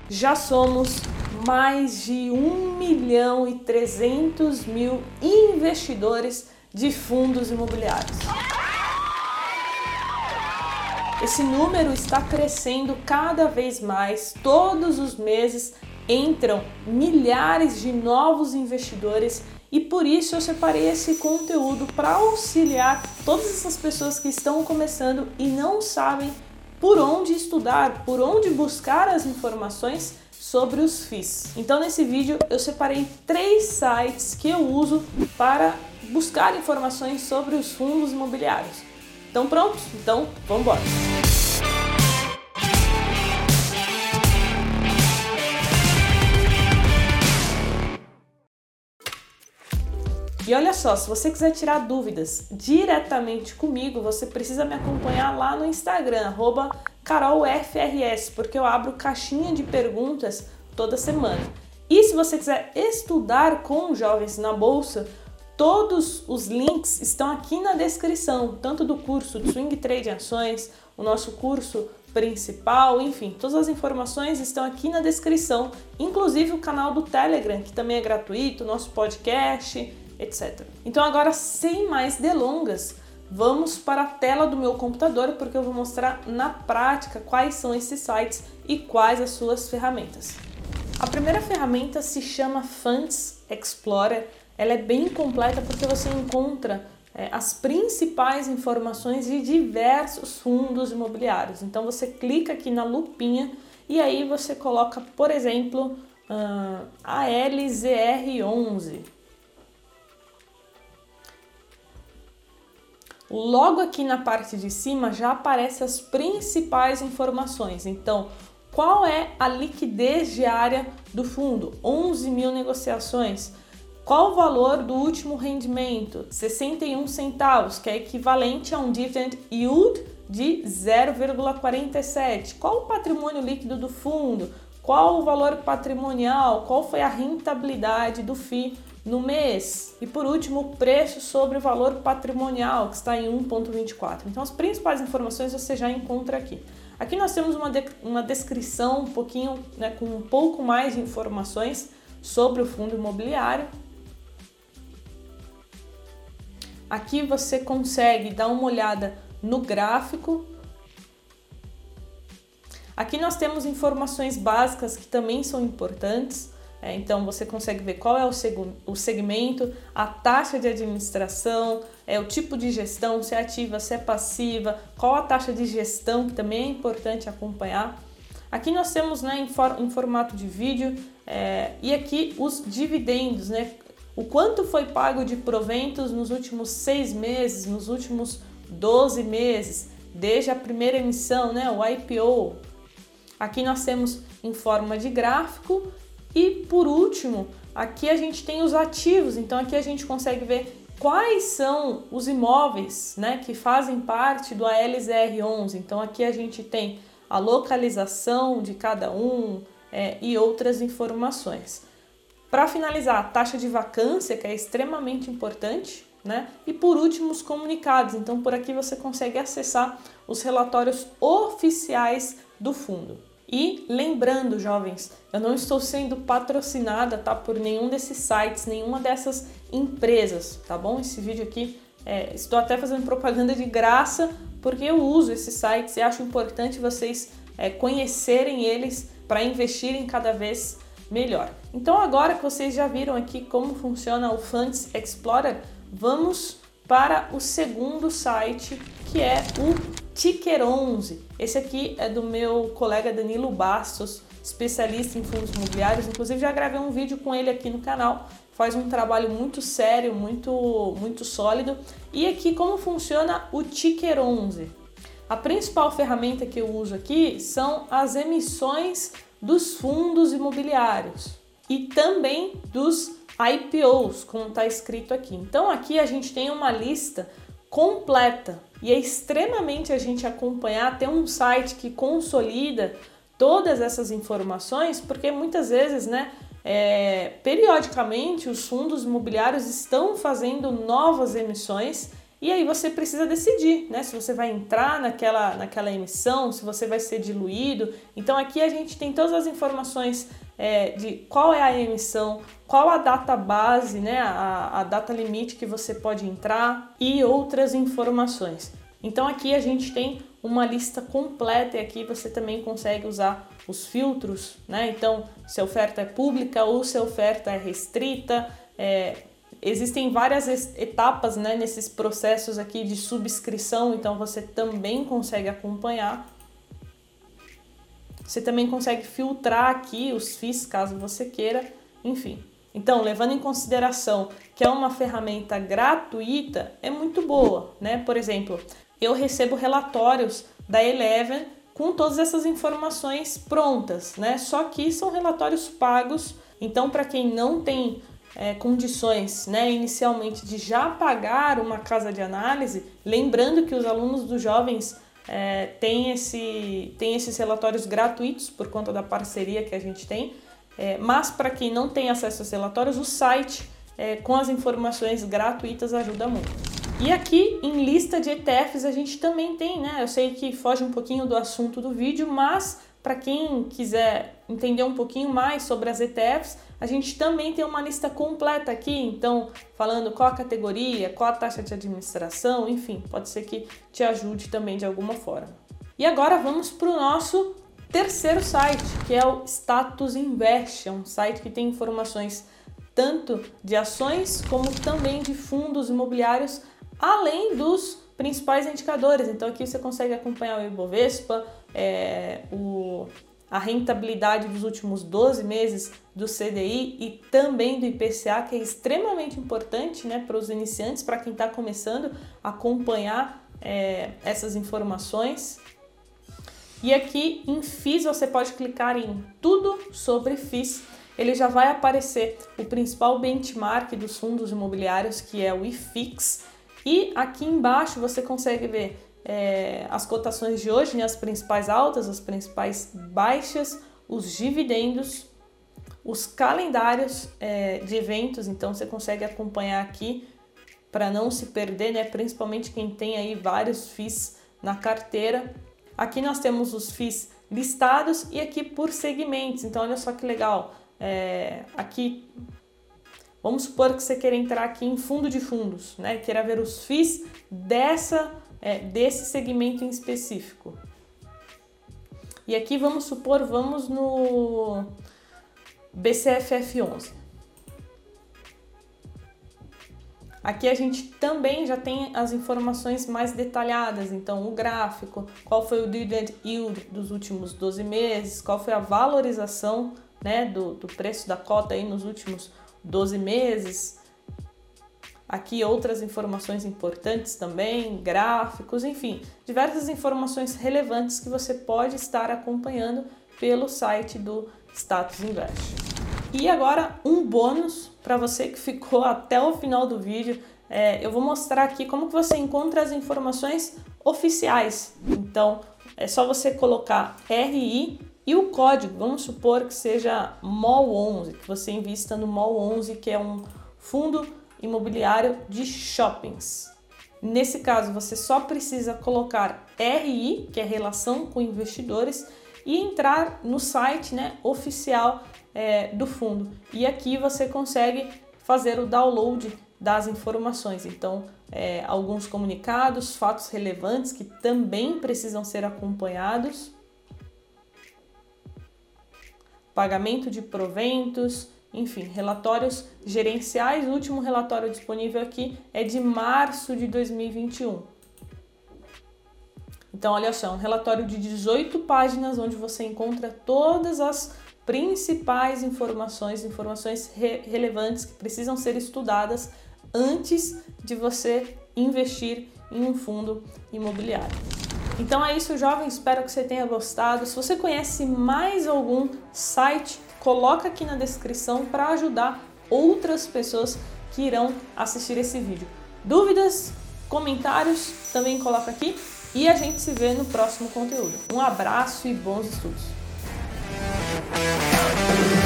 Já somos mais de 1.300.000 investidores de fundos imobiliários. Esse número está crescendo cada vez mais. Todos os meses entram milhares de novos investidores e por isso eu separei esse conteúdo para auxiliar todas essas pessoas que estão começando e não sabem por onde estudar, por onde buscar as informações sobre os FIIs. Então nesse vídeo eu separei 3 sites que eu uso para buscar informações sobre os fundos imobiliários. Estão prontos? Então vamos embora! E olha só, se você quiser tirar dúvidas diretamente comigo, você precisa me acompanhar lá no Instagram, @carolfrs, porque eu abro caixinha de perguntas toda semana. E se você quiser estudar com jovens na Bolsa, todos os links estão aqui na descrição, tanto do curso de Swing Trade em Ações, o nosso curso principal, enfim, todas as informações estão aqui na descrição, inclusive o canal do Telegram, que também é gratuito, nosso podcast, etc. Então agora, sem mais delongas, vamos para a tela do meu computador, porque eu vou mostrar na prática quais são esses sites e quais as suas ferramentas. A primeira ferramenta se chama Funds Explorer. Ela é bem completa porque você encontra as principais informações de diversos fundos imobiliários. Então você clica aqui na lupinha e aí você coloca, por exemplo, a LZR11. Logo aqui na parte de cima já aparecem as principais informações. Então, qual é a liquidez diária do fundo? 11.000 negociações. Qual o valor do último rendimento? 61 centavos, que é equivalente a um dividend yield de 0,47. Qual o patrimônio líquido do fundo? Qual o valor patrimonial? Qual foi a rentabilidade do FII no mês? E por último, o preço sobre o valor patrimonial, que está em 1,24. Então as principais informações você já encontra aqui. Aqui nós temos uma descrição um pouquinho, com um pouco mais de informações sobre o fundo imobiliário. Aqui você consegue dar uma olhada no gráfico. Aqui nós temos informações básicas que também são importantes. Então você consegue ver qual é o segmento, a taxa de administração, o tipo de gestão, se é ativa, se é passiva, qual a taxa de gestão, que também é importante acompanhar. Aqui nós temos em formato de vídeo e aqui os dividendos, o quanto foi pago de proventos nos últimos 6 meses, nos últimos 12 meses, desde a primeira emissão, o IPO. Aqui nós temos em forma de gráfico. E por último, aqui a gente tem os ativos, então aqui a gente consegue ver quais são os imóveis que fazem parte do ALZR11. Então aqui a gente tem a localização de cada um e outras informações. Para finalizar, a taxa de vacância, que é extremamente importante, e por último os comunicados. Então por aqui você consegue acessar os relatórios oficiais do fundo. E lembrando, jovens, eu não estou sendo patrocinada, por nenhum desses sites, nenhuma dessas empresas, tá bom? Esse vídeo aqui, estou até fazendo propaganda de graça, porque eu uso esses sites e acho importante vocês conhecerem eles para investirem cada vez melhor. Então agora que vocês já viram aqui como funciona o Funds Explorer, vamos para o segundo site, que é o Ticker11. Esse aqui é do meu colega Danilo Bastos, especialista em fundos imobiliários. Inclusive já gravei um vídeo com ele aqui no canal. Faz um trabalho muito sério, muito sólido. E aqui como funciona o Ticker11? A principal ferramenta que eu uso aqui são as emissões dos fundos imobiliários e também dos IPOs, como está escrito aqui. Então aqui a gente tem uma lista completa e é extremamente a gente acompanhar, ter um site que consolida todas essas informações, porque muitas vezes, periodicamente os fundos imobiliários estão fazendo novas emissões E aí você precisa decidir, né? Se você vai entrar naquela emissão, se você vai ser diluído. Então aqui a gente tem todas as informações de qual é a emissão, qual a data base, né? A data limite que você pode entrar e outras informações. Então aqui a gente tem uma lista completa e aqui você também consegue usar os filtros, né? Então, se a oferta é pública ou se a oferta é restrita. Existem várias etapas, né, nesses processos aqui de subscrição, então você também consegue acompanhar. Você também consegue filtrar aqui os FIIs, caso você queira, enfim. Então, levando em consideração que é uma ferramenta gratuita, é muito boa, né? Por exemplo, eu recebo relatórios da Eleven com todas essas informações prontas, né? Só que são relatórios pagos, então para quem não tem condições, né, inicialmente de já pagar uma casa de análise, lembrando que os alunos dos jovens têm esses relatórios gratuitos por conta da parceria que a gente tem, mas para quem não tem acesso aos relatórios, o site com as informações gratuitas ajuda muito. E aqui em lista de ETFs a gente também tem, né? Eu sei que foge um pouquinho do assunto do vídeo, mas para quem quiser entender um pouquinho mais sobre as ETFs, a gente também tem uma lista completa aqui, então falando qual a categoria, qual a taxa de administração, enfim, pode ser que te ajude também de alguma forma. E agora vamos para o nosso terceiro site, que é o Status Invest, é um site que tem informações tanto de ações como também de fundos imobiliários, além dos principais indicadores. Então aqui você consegue acompanhar o Ibovespa, a rentabilidade dos últimos 12 meses do CDI e também do IPCA, que é extremamente importante, né, para os iniciantes, para quem está começando a acompanhar essas informações. E aqui em FIIs você pode clicar em tudo sobre FIIs. Ele já vai aparecer o principal benchmark dos fundos imobiliários, que é o IFIX. E aqui embaixo você consegue ver as cotações de hoje, né, as principais altas, as principais baixas, os dividendos, os calendários de eventos. Então você consegue acompanhar aqui para não se perder, né, principalmente quem tem aí vários FIIs na carteira. Aqui nós temos os FIIs listados e aqui por segmentos. Então olha só que legal. Aqui vamos supor que você queira entrar aqui em fundo de fundos, né? Queira ver os FIIs desse segmento em específico. E aqui vamos supor, vamos no BCFF11. Aqui a gente também já tem as informações mais detalhadas, então o gráfico, qual foi o dividend yield dos últimos 12 meses, qual foi a valorização, né, do preço da cota aí nos últimos 12 meses. Aqui outras informações importantes também, gráficos, enfim, diversas informações relevantes que você pode estar acompanhando pelo site do Status Invest. E agora um bônus para você que ficou até o final do vídeo. Eu vou mostrar aqui como que você encontra as informações oficiais. Então é só você colocar RI e o código, vamos supor que seja MOL11, que você invista no MOL11, que é um fundo imobiliário de shoppings. Nesse caso, você só precisa colocar RI, que é relação com investidores, e entrar no site, né, oficial do fundo. E aqui você consegue fazer o download das informações. Então, alguns comunicados, fatos relevantes que também precisam ser acompanhados, pagamento de proventos, enfim, relatórios gerenciais. O último relatório disponível aqui é de março de 2021. Então, olha só, um relatório de 18 páginas onde você encontra todas as principais informações relevantes que precisam ser estudadas antes de você investir em um fundo imobiliário. Então é isso, jovem, espero que você tenha gostado. Se você conhece mais algum site, coloca aqui na descrição para ajudar outras pessoas que irão assistir esse vídeo. Dúvidas, comentários, também coloca aqui e a gente se vê no próximo conteúdo. Um abraço e bons estudos!